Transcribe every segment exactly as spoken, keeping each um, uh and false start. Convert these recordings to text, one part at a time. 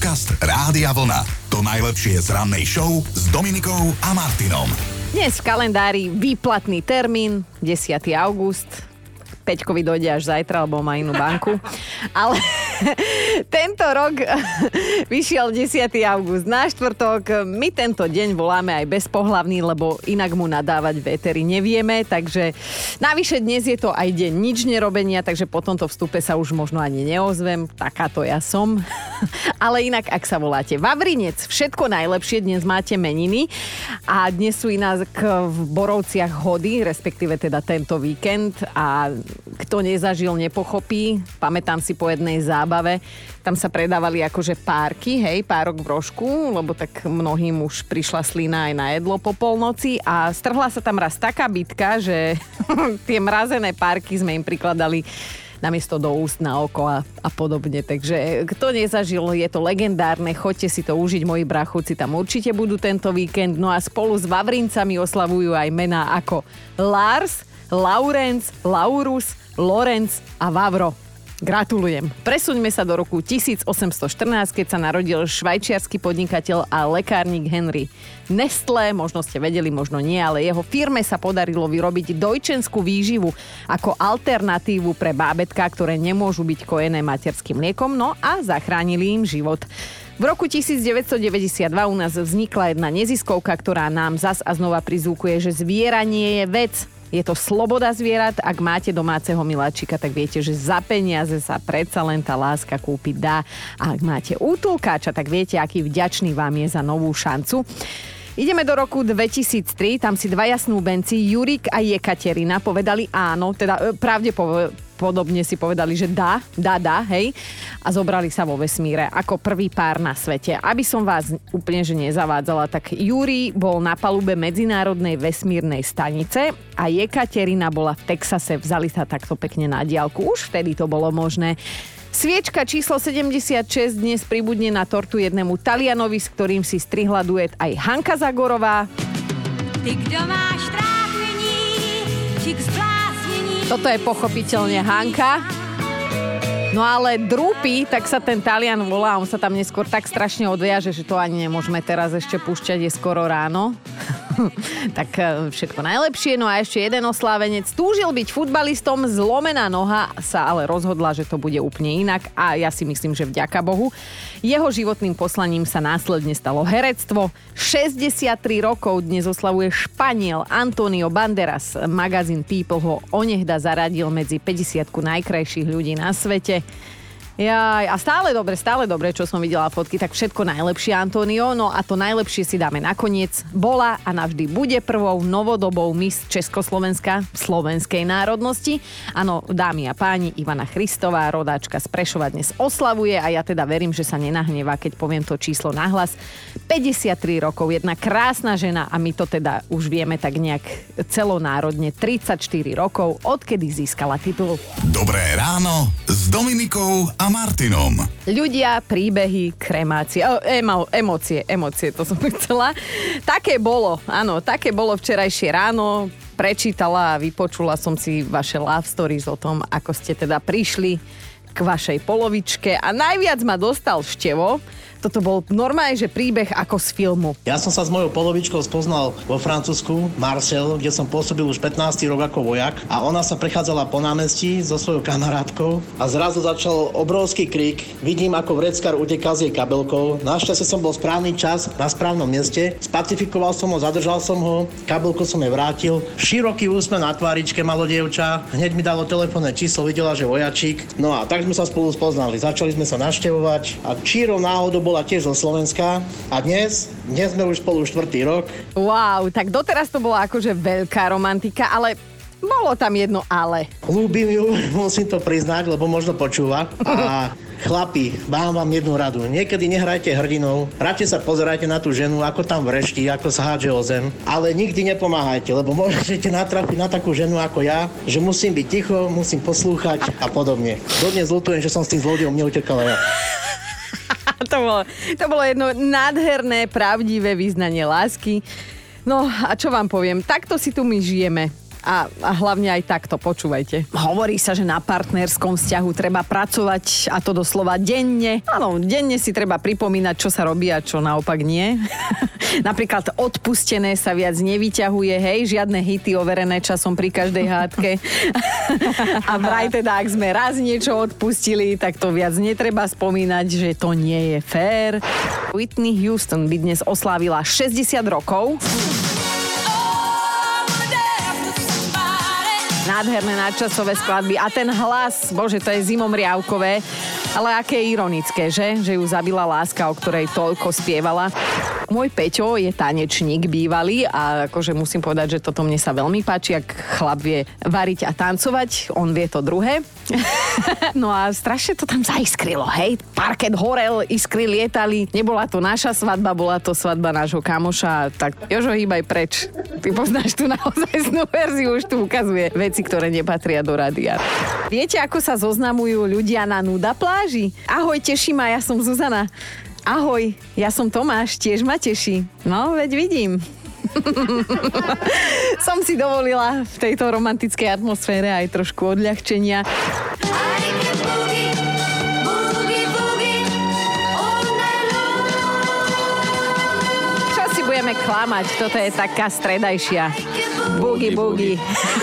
Podcast Rádia Vlna. To najlepšie z rannej show s Dominikou a Martinom. Dnes v kalendári výplatný termín, desiateho augusta. Peťkovi dojde až zajtra, lebo má inú banku. Ale tento rok vyšiel desiateho augusta na štvrtok. My tento deň voláme aj bezpohlavný, lebo inak mu nadávať véteri nevieme. Takže navyše dnes je to aj deň nič nerobenia, takže po tomto vstupe sa už možno ani neozvem. Takáto ja som. Ale inak, ak sa voláte Vavrinec, všetko najlepšie, dnes máte meniny. A dnes sú inak v Borovciach hody, respektíve teda tento víkend. A kto nezažil, nepochopí. Pamätám si po jednej zábave, tam sa predávali akože párky, hej, párok v rožku, lebo tak mnohým už prišla slina aj na jedlo po polnoci a strhla sa tam raz taká bitka, že tie mrazené párky sme im prikladali namiesto do úst, na oko a, a podobne. Takže kto nezažil, je to legendárne, choďte si to užiť, moji bráchovci tam určite budú tento víkend. No a spolu s Vavrincami oslavujú aj mená ako Lars, Laurenc, Laurus, Lorenz a Vavro. Gratulujem. Presuňme sa do roku tisícosemstoštrnásť, keď sa narodil švajčiarsky podnikateľ a lekárnik Henry Nestlé. Možno ste vedeli, možno nie, ale jeho firme sa podarilo vyrobiť dojčenskú výživu ako alternatívu pre bábätká, ktoré nemôžu byť kojené materským mliekom, no a zachránili im život. V roku devätnásťstodeväťdesiatdva u nás vznikla jedna neziskovka, ktorá nám zas a znova prizvukuje, že zviera nie je vec. Je to sloboda zvierat. Ak máte domáceho miláčika, tak viete, že za peniaze sa predsa len tá láska kúpiť dá. A ak máte útulkáča, tak viete, aký vďačný vám je za novú šancu. Ideme do roku dvetisíctri, tam si dvaja snúbenci, Jurik a Jekaterina, povedali áno, teda pravdepodobne si povedali, že dá, dá, dá, hej, a zobrali sa vo vesmíre ako prvý pár na svete. Aby som vás úplne že nezavádzala, tak Jurij bol na palube Medzinárodnej vesmírnej stanice a Jekaterina bola v Texase, vzali sa takto pekne na diaľku. Už vtedy to bolo možné. Sviečka číslo sedemdesiatšesť dnes pribudne na tortu jednému Talianovi, s ktorým si strihla duet aj Hanka Zagorová. Ty, kdo máš trápení, či k zblásnení. Toto je pochopiteľne Hanka. No ale Drúpi, tak sa ten Talian volá, on sa tam neskôr tak strašne odviaže, že to ani nemôžeme teraz ešte púšťať, je skoro ráno. Tak všetko najlepšie. No a ešte jeden oslávenec. Túžil byť futbalistom, zlomená noha sa ale rozhodla, že to bude úplne inak a ja si myslím, že vďaka Bohu. Jeho životným poslaním sa následne stalo herectvo. šesťdesiattri rokov dnes oslavuje Španiel Antonio Banderas. Magazín People ho onehda zaradil medzi päťdesiatku najkrajších ľudí na svete. Jaj, a stále dobre, stále dobre, čo som videla fotky, tak všetko najlepšie, Antonio. No a to najlepšie si dáme nakoniec. Bola a navždy bude prvou novodobou Miss Československa slovenskej národnosti. Áno, dámy a páni, Ivana Christová, rodáčka z Prešova, dnes oslavuje a ja teda verím, že sa nenahnevá, keď poviem to číslo nahlas. päťdesiattri rokov, jedna krásna žena a my to teda už vieme tak nejak celonárodne. tridsaťštyri rokov, odkedy získala titul. Dobré ráno s Dominikou a Martinom. Ľudia, príbehy, kremácie, emo, emócie, emócie, to som chcela. Také bolo, áno, také bolo včerajšie ráno. Prečítala a vypočula som si vaše love stories o tom, ako ste teda prišli k vašej polovičke a najviac ma dostal števo. Toto bol normálne, že príbeh ako z filmu. Ja som sa s mojou polovičkou spoznal vo Francúzsku, Marseille, kde som pôsobil už pätnásty rok ako vojak a ona sa prechádzala po námestí so svojou kamarátkou a zrazu začal obrovský krik. Vidím, ako vreckár uteká s jej kabelkou. Našťastie som bol správny čas na správnom mieste. Spacifikoval som ho, zadržal som ho, kabelku som jej vrátil. Široký úsmev na tváričke malo dievča. Hneď mi dalo telefónne číslo, videla, že vojačík. No a tak sme sa spolu spoznali. Začali sme sa navštevovať a čírou náhodou bola tiež zo Slovenska a dnes, dnes sme už spolu štvrtý rok. Wow, tak doteraz to bola akože veľká romantika, ale bolo tam jedno ale. Ľúbim ju, musím to priznať, lebo možno počúva. A chlapi, mám vám jednu radu. Niekedy nehrajte hrdinov, radšej sa pozerajte na tú ženu, ako tam vrešti, ako sa hádže o zem. Ale nikdy nepomáhajte, lebo môžete natrafiť na takú ženu ako ja, že musím byť ticho, musím poslúchať a podobne. Dodnes ľutujem, že som s tým zlodejom neutekala ja. To bolo, to bolo jedno nádherné, pravdivé vyznanie lásky. No a čo vám poviem, takto si tu my žijeme. A, a hlavne aj takto, počúvajte. Hovorí sa, že na partnerskom vzťahu treba pracovať, a to doslova denne. Áno, denne si treba pripomínať, čo sa robí a čo naopak nie. Napríklad odpustené sa viac nevyťahuje, hej, žiadne hity overené časom pri každej hádke. A vraj teda, ak sme raz niečo odpustili, tak to viac netreba spomínať, že to nie je fér. Whitney Houston by dnes oslávila šesťdesiat rokov. Nádherné nadčasové skladby a ten hlas, bože, to je zimomriavkové, ale aké ironické, že? Že ju zabila láska, o ktorej toľko spievala. Môj Peťo je tanečník bývalý a akože musím povedať, že toto mne sa veľmi páči, ak chlap vie variť a tancovať, on vie to druhé. No a strašne to tam zaiskrilo, hej? Parket horel, iskry lietali, nebola to naša svadba, bola to svadba nášho kamoša, tak Jožo, hýbaj preč. Ty poznáš tú naozajstnú verziu, už tu ukazuje veci, ktoré nepatria do rádia. Viete, ako sa zoznamujú ľudia na nuda pláži? Ahoj, teší ma, ja som Zuzana. Ahoj, ja som Tomáš, tiež ma teší. No, veď vidím. Som si dovolila v tejto romantickej atmosfére aj trošku odľahčenia. Čo si budeme klamať? Toto je taká stredajšia. Boogie, boogie.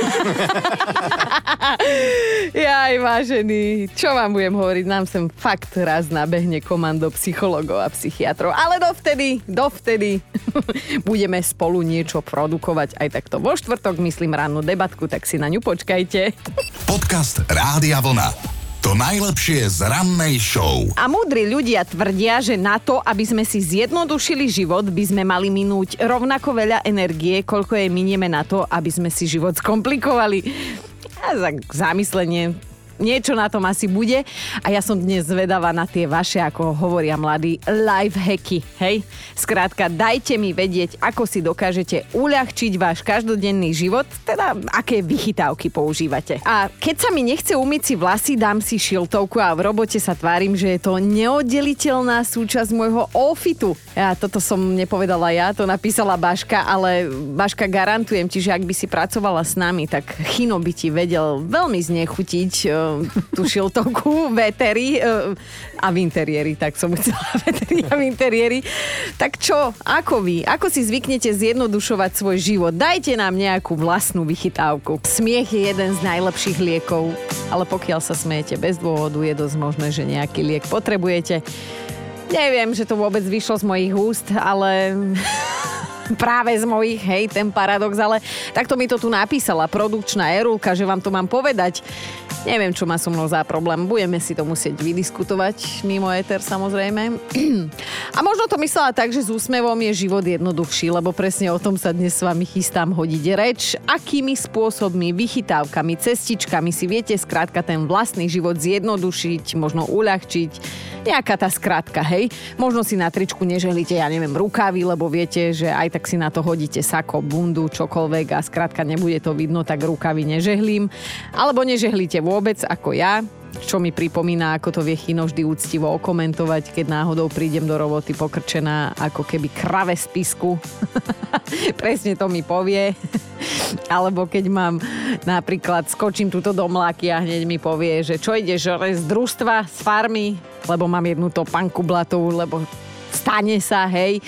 Jaj, vážený, čo vám budem hovoriť? Nám sem fakt raz nabehne komando psychologov a psychiatrov. Ale dovtedy, dovtedy budeme spolu niečo produkovať. Aj takto vo štvrtok, myslím, rannú debatku, tak si na ňu počkajte. Podcast Rádia Vlna. To najlepšie z rannej show. A múdri ľudia tvrdia, že na to, aby sme si zjednodušili život, by sme mali minúť rovnako veľa energie, koľko jej minieme na to, aby sme si život skomplikovali. A za zamyslenie, niečo na tom asi bude. A ja som dnes zvedavá na tie vaše, ako hovoria mladí, life hacky, hej? Skrátka, dajte mi vedieť, ako si dokážete uľahčiť váš každodenný život, teda aké vychytávky používate. A keď sa mi nechce umyť si vlasy, dám si šiltovku a v robote sa tvárim, že je to neoddeliteľná súčasť môjho outfitu. Ja toto som nepovedala ja, to napísala Baška, ale Baška, garantujem ti, že ak by si pracovala s nami, tak Chino by ti vedel veľmi znechutiť tú šiltovku v éteri a v interiéri, tak som chcela v éteri a v interiéri. Tak čo, ako vy? Ako si zvyknete zjednodušovať svoj život? Dajte nám nejakú vlastnú vychytávku. Smiech je jeden z najlepších liekov, ale pokiaľ sa smejete bez dôvodu, je dosť možné, že nejaký liek potrebujete. Neviem, že to vôbec vyšlo z mojich úst, ale práve z mojich, hej, ten paradox, ale takto mi to tu napísala produkčná Erulka, že vám to mám povedať. Neviem, čo má so mnou za problém. Budeme si to musieť vydiskutovať mimo éter, samozrejme. A možno to myslela tak, že s úsmevom je život jednoduchší, lebo presne o tom sa dnes s vami chystám hodiť reč. Akými spôsobmi, vychytávkami, cestičkami si viete skrátka ten vlastný život zjednodušiť, možno uľahčiť. Nejaká tá skrátka, hej. Možno si na tričku nežehlíte, ja neviem, rukávy, lebo viete, že aj tak si na to hodíte sako, bundu, čokoľvek a skrátka nebude to vidno, tak rukávy nežehlím. Alebo nežehlíte vôbec ako ja, čo mi pripomína, ako to vie Chino vždy úctivo okomentovať, keď náhodou prídem do roboty pokrčená ako keby krave z pisku. Presne to mi povie. Alebo keď mám napríklad, skočím túto do mláky a hneď mi povie, že čo ideš z družstva, z farmy, lebo mám jednu topánku blatovú, lebo stane sa, hej.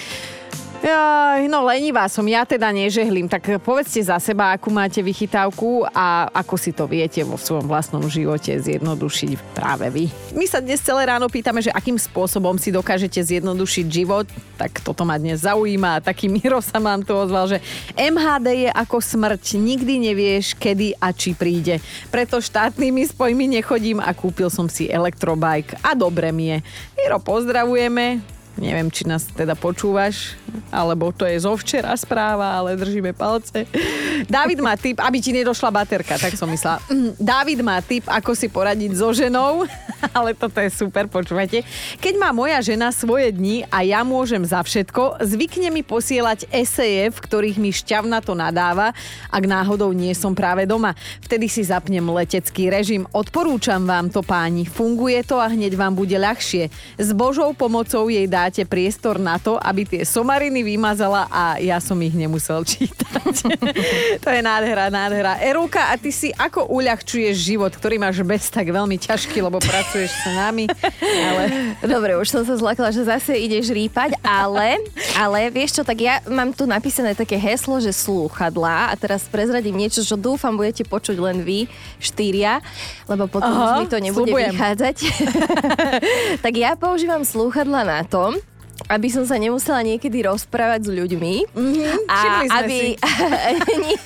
Jaj, no lenivá som, ja teda nežehlím, tak povedzte za seba, akú máte vychytávku a ako si to viete vo svojom vlastnom živote zjednodušiť práve vy. My sa dnes celé ráno pýtame, že akým spôsobom si dokážete zjednodušiť život, tak toto ma dnes zaujíma a taký Miro sa mám tu ozval, že em há dé je ako smrť, nikdy nevieš, kedy a či príde. Preto štátnymi spojmi nechodím a kúpil som si elektrobike a dobre mi je. Miro, pozdravujeme. Neviem, či nás teda počúvaš, alebo to je zo včera správa, ale držíme palce. Dávid má tip, aby ti nedošla baterka, tak som myslela. Dávid má tip, ako si poradiť so ženou. Ale toto je super, počúvate. Keď má moja žena svoje dni a ja môžem za všetko, zvykne mi posielať eseje, v ktorých mi šťavnato nadáva, ak náhodou nie som práve doma. Vtedy si zapnem letecký režim. Odporúčam vám to, páni. Funguje to a hneď vám bude ľahšie. S Božou pomocou jej dáte priestor na to, aby tie somariny vymazala a ja som ich nemusel čítať. To je nádhera, nádhera. Erulka, a ty si ako uľahčuješ život, ktorý máš bez tak veľmi ťažký, lebo pracuješ s nami? Ale... Dobre, už som sa zlakla, že zase ideš rýpať, ale, ale vieš čo, tak ja mám tu napísané také heslo, že slúchadlá a teraz prezradím niečo, čo dúfam budete počuť len vy, štyria, lebo potom Aha, už mi to nebude sľubujem. vychádzať. Tak ja používam slúchadlá na to, aby som sa nemusela niekedy rozprávať s ľuďmi. Mm-hmm, a aby, nie,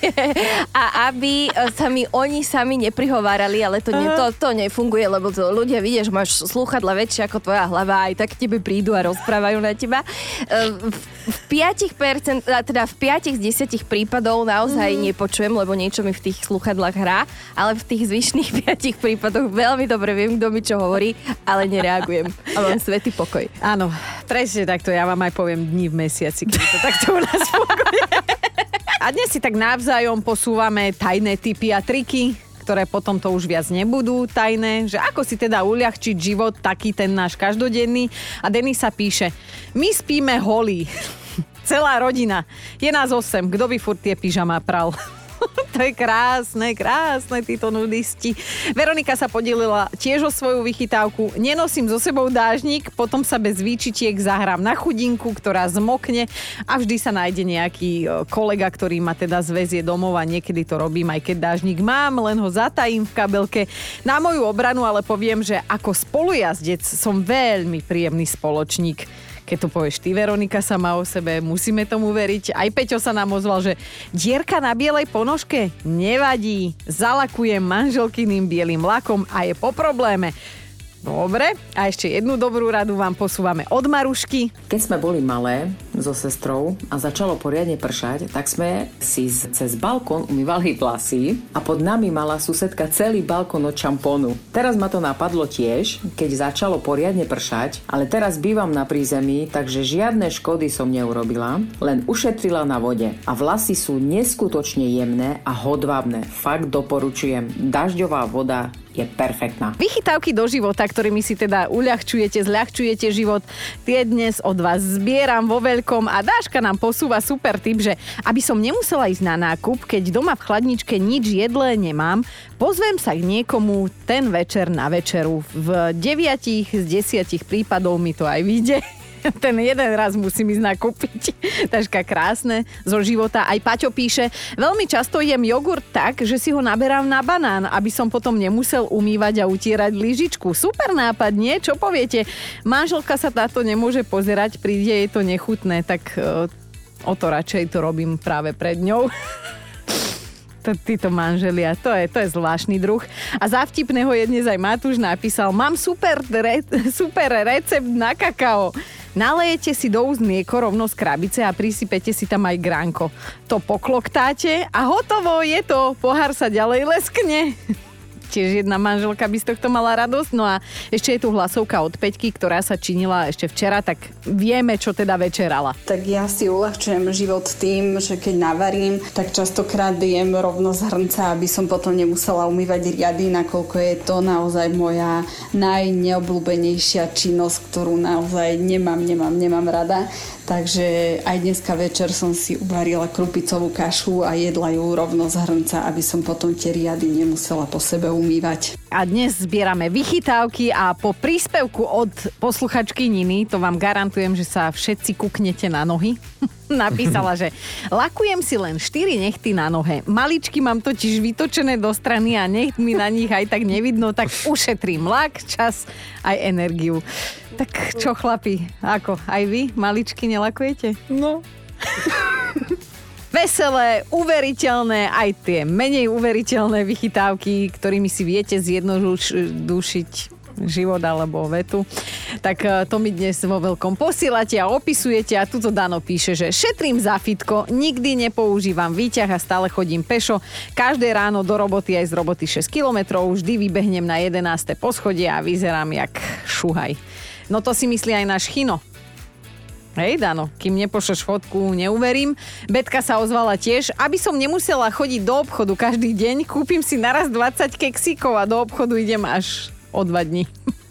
a aby sa mi oni sami neprihovárali, ale to, nie, to, to nefunguje, lebo to ľudia vidia, že máš slúchadla väčšie ako tvoja hlava, aj tak k tebe prídu a rozprávajú na teba. V, v piatich percent, teda v piatich z desiatich prípadov naozaj mm. nepočujem, lebo niečo mi v tých slúchadlách hrá, ale v tých zvyšných piatich prípadoch veľmi dobre viem, kto mi čo hovorí, ale nereagujem. A mám svätý pokoj. Áno, presne takto, ja vám aj poviem dní v mesiaci, keď to takto u nás funguje. A dnes si tak navzájom posúvame tajné tipy a triky, ktoré potom to už viac nebudú tajné, že ako si teda uľahčiť život taký ten náš každodenný. A Denisa píše, my spíme holí, celá rodina, je nás osem, kto by furt tie pyžamá pral? To je krásne, krásne, títo nudisti. Veronika sa podelila tiež o svoju vychytávku. Nenosím so sebou dážnik, potom sa bez výčitiek zahrám na chudinku, ktorá zmokne a vždy sa nájde nejaký kolega, ktorý ma teda zväzie domov a niekedy to robím, aj keď dážnik mám, len ho zatajím v kabelke. Na moju obranu ale poviem, že ako spolujazdec som veľmi príjemný spoločník. Keď to povieš ty, Veronika, sama o sebe, musíme tomu veriť. Aj Peťo sa nám ozval, že dierka na bielej ponožke nevadí. Zalakujem manželkyným bielým lakom a je po probléme. Dobre, a ešte jednu dobrú radu vám posúvame od Marušky. Keď sme boli malé so sestrou a začalo poriadne pršať, tak sme si cez balkón umývali vlasy a pod nami mala susedka celý balkón od šampónu. Teraz ma to napadlo tiež, keď začalo poriadne pršať, ale teraz bývam na prízemí, takže žiadne škody som neurobila, len ušetrila na vode. A vlasy sú neskutočne jemné a hodvábne. Fakt doporučujem. Dažďová voda je perfektná. Vychytávky do života, ktorými si teda uľahčujete, zľahčujete život, tie dnes od vás zbieram vo veľkom a Dáška nám posúva super tip, že aby som nemusela ísť na nákup, keď doma v chladničke nič jedlé nemám, pozvem sa k niekomu ten večer na večeru. V deviatich z desiatich prípadov mi to aj vyjde. Ten jeden raz musím ísť nakúpiť. Taška krásne zo života. Aj Paťo píše, veľmi často jem jogurt tak, že si ho naberám na banán, aby som potom nemusel umývať a utierať lyžičku. Super nápad, nie? Čo poviete? Manželka sa táto nemôže pozerať, príde jej to nechutné, tak uh, o to radšej to robím práve pred ňou. Títo manželia, to je, to je zvláštny druh. A za vtipného je dnes aj Matúš napísal, mám super, re, super recept na kakao. Nalejete si do úst mlieko rovno z krabice a prisypete si tam aj gránko. To pokloktáte a hotovo je to. Pohár sa ďalej leskne. Tiež jedna manželka by z tohto mala radosť. No a ešte je tu hlasovka od Peťky, ktorá sa činila ešte včera, tak vieme, čo teda večerala. Tak ja si uľahčujem život tým, že keď navarím, tak častokrát jem rovno z hrnca, aby som potom nemusela umývať riady, nakoľko je to naozaj moja najneobľúbenejšia činnosť, ktorú naozaj nemám, nemám, nemám rada. Takže aj dneska večer som si uvarila krupicovú kašu a jedla ju rovno z hrnca, aby som potom tie riady nemusela po sebe umývať. A dnes zbierame vychytávky a po príspevku od posluchačky Niny, to vám garantujem, že sa všetci kuknete na nohy, napísala, že lakujem si len štyri nechty na nohe. Maličky mám totiž vytočené do strany a necht mi na nich aj tak nevidno, tak ušetrím lak, čas aj energiu. Tak čo chlapi, ako, aj vy maličky nelakujete? No. Veselé, uveriteľné, aj tie menej uveriteľné vychytávky, ktorými si viete zjednodušiť život alebo vetu. Tak to mi dnes vo veľkom posielate a opisujete a tuto Dano píše, že šetrím za fitko, nikdy nepoužívam výťah a stále chodím pešo. Každé ráno do roboty aj z roboty šesť kilometrov, vždy vybehnem na jedenáste poschodie a vyzerám jak šuhaj. No to si myslí aj náš Chino. Hej, Dano, kým nepošleš fotku, neuverím. Betka sa ozvala tiež. Aby som nemusela chodiť do obchodu každý deň, kúpim si naraz dvadsať keksíkov a do obchodu idem až o dva dni.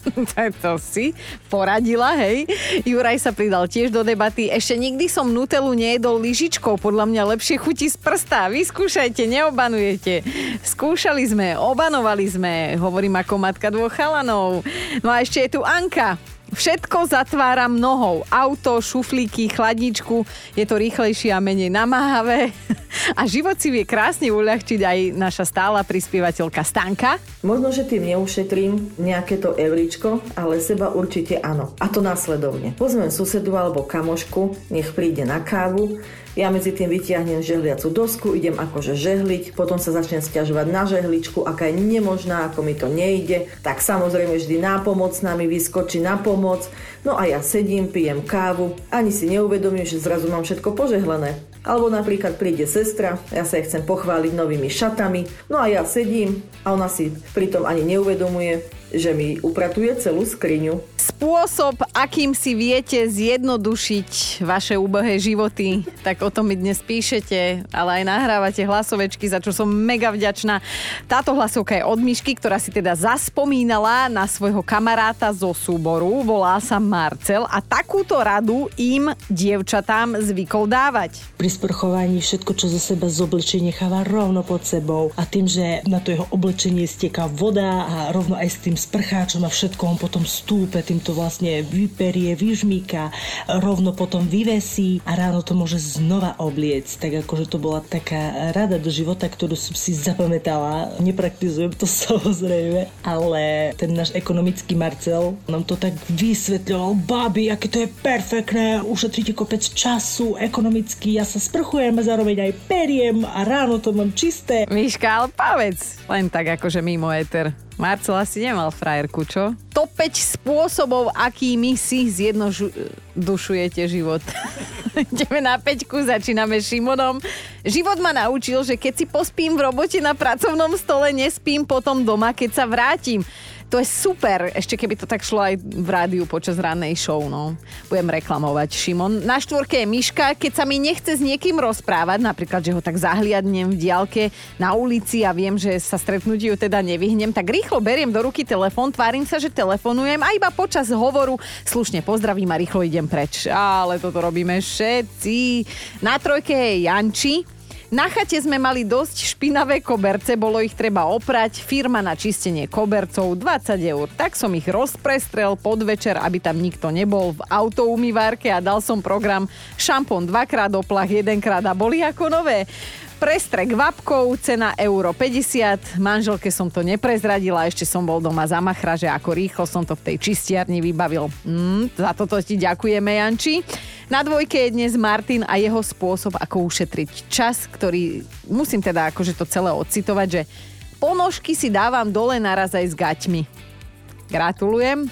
To si poradila, hej. Juraj sa pridal tiež do debaty. Ešte nikdy som Nutellu nejedol lyžičkou. Podľa mňa lepšie chutí z prsta. Vyskúšajte, neobanujete. Skúšali sme, obanovali sme. Hovorím ako matka dvoch chalanov. No a ešte je tu Anka. Všetko zatváram nohou. Auto, šuflíky, chladničku. Je to rýchlejšie a menej namáhavé. A život si vie krásne uľahčiť aj naša stála prispievateľka Stanka. Možno, že tým neušetrím nejaké to euríčko, ale seba určite áno. A to následovne. Pozvem susedu alebo kamošku, nech príde na kávu. Ja medzi tým vytiahnem žehliacu dosku, idem akože žehliť, potom sa začnem sťažovať na žehličku, aká je nemožná, ako mi to nejde. Tak samozrejme vždy nápomocná mi vyskočí na pomoc. No a ja sedím, pijem kávu, ani si neuvedomím, že zrazu mám všetko požehlené. Alebo napríklad príde sestra, ja sa jej chcem pochváliť novými šatami, no a ja sedím a ona si pritom ani neuvedomuje, že mi upratuje celú skriňu. Spôsob, akým si viete zjednodušiť vaše úbohé životy, tak o tom mi dnes píšete, ale aj nahrávate hlasovečky, za čo som mega vďačná. Táto hlasovka je od Mišky, ktorá si teda zaspomínala na svojho kamaráta zo súboru, volá sa Marcel a takúto radu im, dievčatám, zvykol dávať. Pri sprchovaní všetko, čo zo seba z oblečenia necháva rovno pod sebou a tým, že na to jeho oblečenie steká voda a rovno aj s tým sprcháčom a všetko on potom stúpe, týmto vlastne vyperie, vyžmýka, rovno potom vyvesí a ráno to môže znova obliecť. Tak akože to bola taká rada do života, ktorú som si zapamätala. Nepraktizujem to samozrejme, ale ten náš ekonomický Marcel nám to tak vysvetľoval. Babi, aké to je perfektné, ušetríte kopec času, ekonomicky, ja sa sprchujem a zároveň aj periem a ráno to mám čisté. Miška, ale povedz, len tak akože mimo éter. Marcel asi nemal frajerku, čo? Top päť spôsobov, akými si zjednodušujete život. Ideme na päťku, začíname Šimonom. Život ma naučil, že keď si pospím v robote na pracovnom stole, nespím potom doma, keď sa vrátim. To je super, ešte keby to tak šlo aj v rádiu počas rannej show, no. Budem reklamovať, Šimon. Na štvorke je Miška, keď sa mi nechce s niekým rozprávať, napríklad, že ho tak zahliadnem v diaľke na ulici a viem, že sa stretnutiu teda nevyhnem, tak rýchlo beriem do ruky telefón, tvárim sa, že telefonujem a iba počas hovoru slušne pozdravím a rýchlo idem preč. Ale toto robíme všetci. Na trojke je Janči. Na chate sme mali dosť špinavé koberce, bolo ich treba oprať, firma na čistenie kobercov dvadsať eur. Tak som ich rozprestrel podvečer, aby tam nikto nebol v autoumývárke a dal som program šampón dvakrát oplach, jedenkrát a boli ako nové. Prestrek vapkov, cena euro päťdesiat. Manželke som to neprezradila, ešte som bol doma za machra, že ako rýchlo som to v tej čistiarni vybavil. Mm, za toto ti ďakujeme, Janči. Na dvojke je dnes Martin a jeho spôsob, ako ušetriť čas, ktorý musím teda akože to celé odcitovať, že ponožky si dávam dole naraz aj s gaťmi. Gratulujem.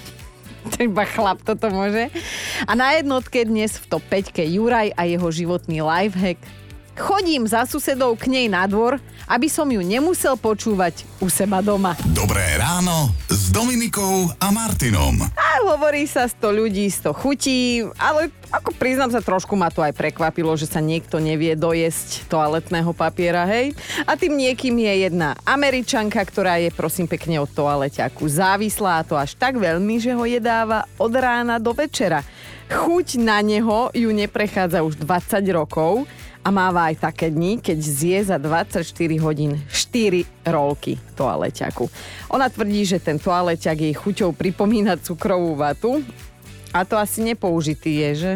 Iba chlap toto môže. A na jednotke dnes v top päťke Juraj a jeho životný lifehack. Chodím za susedou k nej na dvor, aby som ju nemusel počúvať u seba doma. Dobré ráno s Dominikou a Martinom. A hovorí sa sto ľudí, sto chutí, ale ako priznám sa, trošku ma to aj prekvapilo, že sa niekto nevie dojesť toaletného papiera, hej? A tým niekým je jedna Američanka, ktorá je prosím pekne od toaleťaku závislá, a to až tak veľmi, že ho jedáva od rána do večera. Chuť na neho ju neprechádza už dvadsať rokov a máva aj také dni, keď zje za dvadsaťštyri hodín štyri rolky toaleťaku. Ona tvrdí, že ten toaleťak jej chuťou pripomína cukrovú vatu a to asi nepoužitý je, že?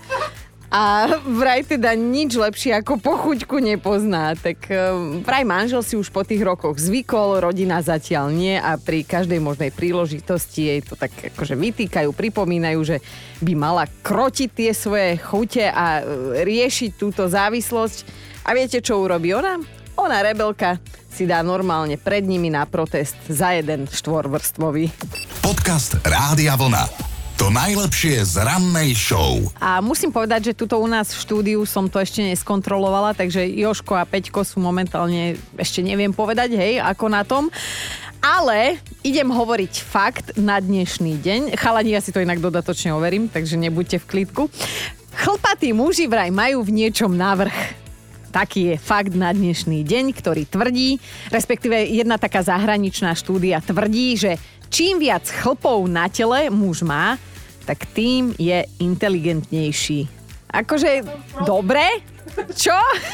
A vraj teda nič lepšie ako pochuťku nepozná. Tak vraj manžel si už po tých rokoch zvykol, rodina zatiaľ nie a pri každej možnej príležitosti jej to tak akože vytýkajú, pripomínajú, že by mala krotiť tie svoje chute a riešiť túto závislosť. A viete, čo urobí ona? Ona, rebelka, si dá normálne pred nimi na protest za jeden štvorvrstvový. Podcast Rádia Vlna. To najlepšie z rannej show. A musím povedať, že tuto u nás v štúdiu som to ešte neskontrolovala, takže Jožko a Peťko sú momentálne, ešte neviem povedať, hej, ako na tom. Ale idem hovoriť fakt na dnešný deň. Chalani, ja si to inak dodatočne overím, takže nebuďte v klidku. Chlpatí muži vraj majú v niečom navrch. Taký je fakt na dnešný deň, ktorý tvrdí, respektíve jedna taká zahraničná štúdia tvrdí, že čím viac chlpov na tele muž má, tak tým je inteligentnejší. Akože, dobre? Čo?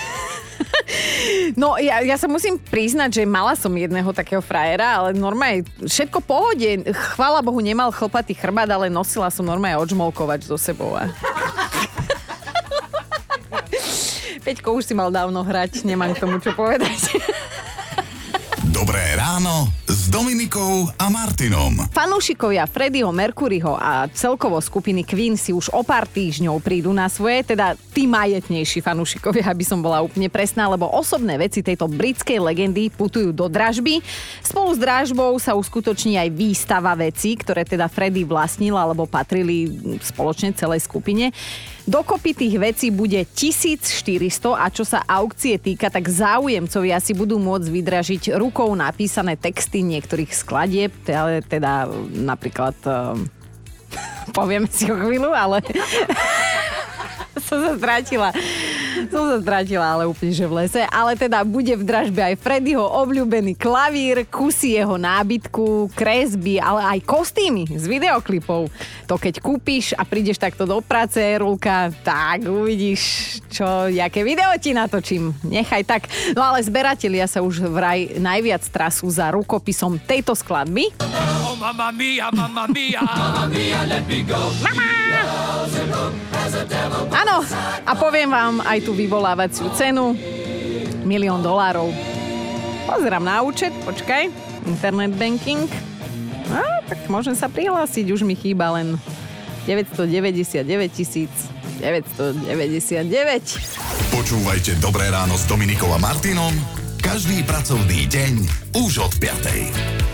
No, ja, ja sa musím priznať, že mala som jedného takého frajera, ale normálne všetko pohode. Chvála Bohu, nemal chlpatý chrbát, ale nosila som normálne odžmolkovač so sebou. A... Peťko už si mal dávno hrať, nemám k tomu čo povedať. Dobré ráno s Dominikou a Martinom. Fanúšikovia Freddieho Mercuryho a celkovo skupiny Queen si už o pár týždňov prídu na svoje, teda tí majetnejší fanúšikovia, aby som bola úplne presná, lebo osobné veci tejto britskej legendy putujú do dražby. Spolu s dražbou sa uskutoční aj výstava vecí, ktoré teda Freddie vlastnil alebo patrili spoločne celej skupine. Dokopy tých vecí bude tisícštyristo a čo sa aukcie týka, tak záujemcovia si budú môcť vydražiť rukou napísané texty niektorých skladieb, teda, teda napríklad um, povieme si o chvíľu, ale som sa stratila. Som sa stratila, ale úplne, že v lese. Ale teda bude v dražbe aj Freddieho obľúbený klavír, kusy jeho nábytku, kresby, ale aj kostýmy z videoklipov. To keď kúpiš a prídeš takto do práce, Rulka, tak uvidíš, čo, jaké video ti natočím. Nechaj tak. No ale zberatelia sa už vraj najviac trasú za rukopisom tejto skladby. Oh, mamma mia, mamma mia, mamma mia, let me go. Mama! Áno, a poviem vám aj tú vyvolávaciu cenu. Milión dolárov. Pozerám na účet, počkaj. Internet banking. Á, tak môžem sa prihlásiť, už mi chýba len deväťstodeväťdesiatdeväť tisíc deväťstodeväťdesiatdeväť. Počúvajte Dobré ráno s Dominikou a Martinom každý pracovný deň už od piatej.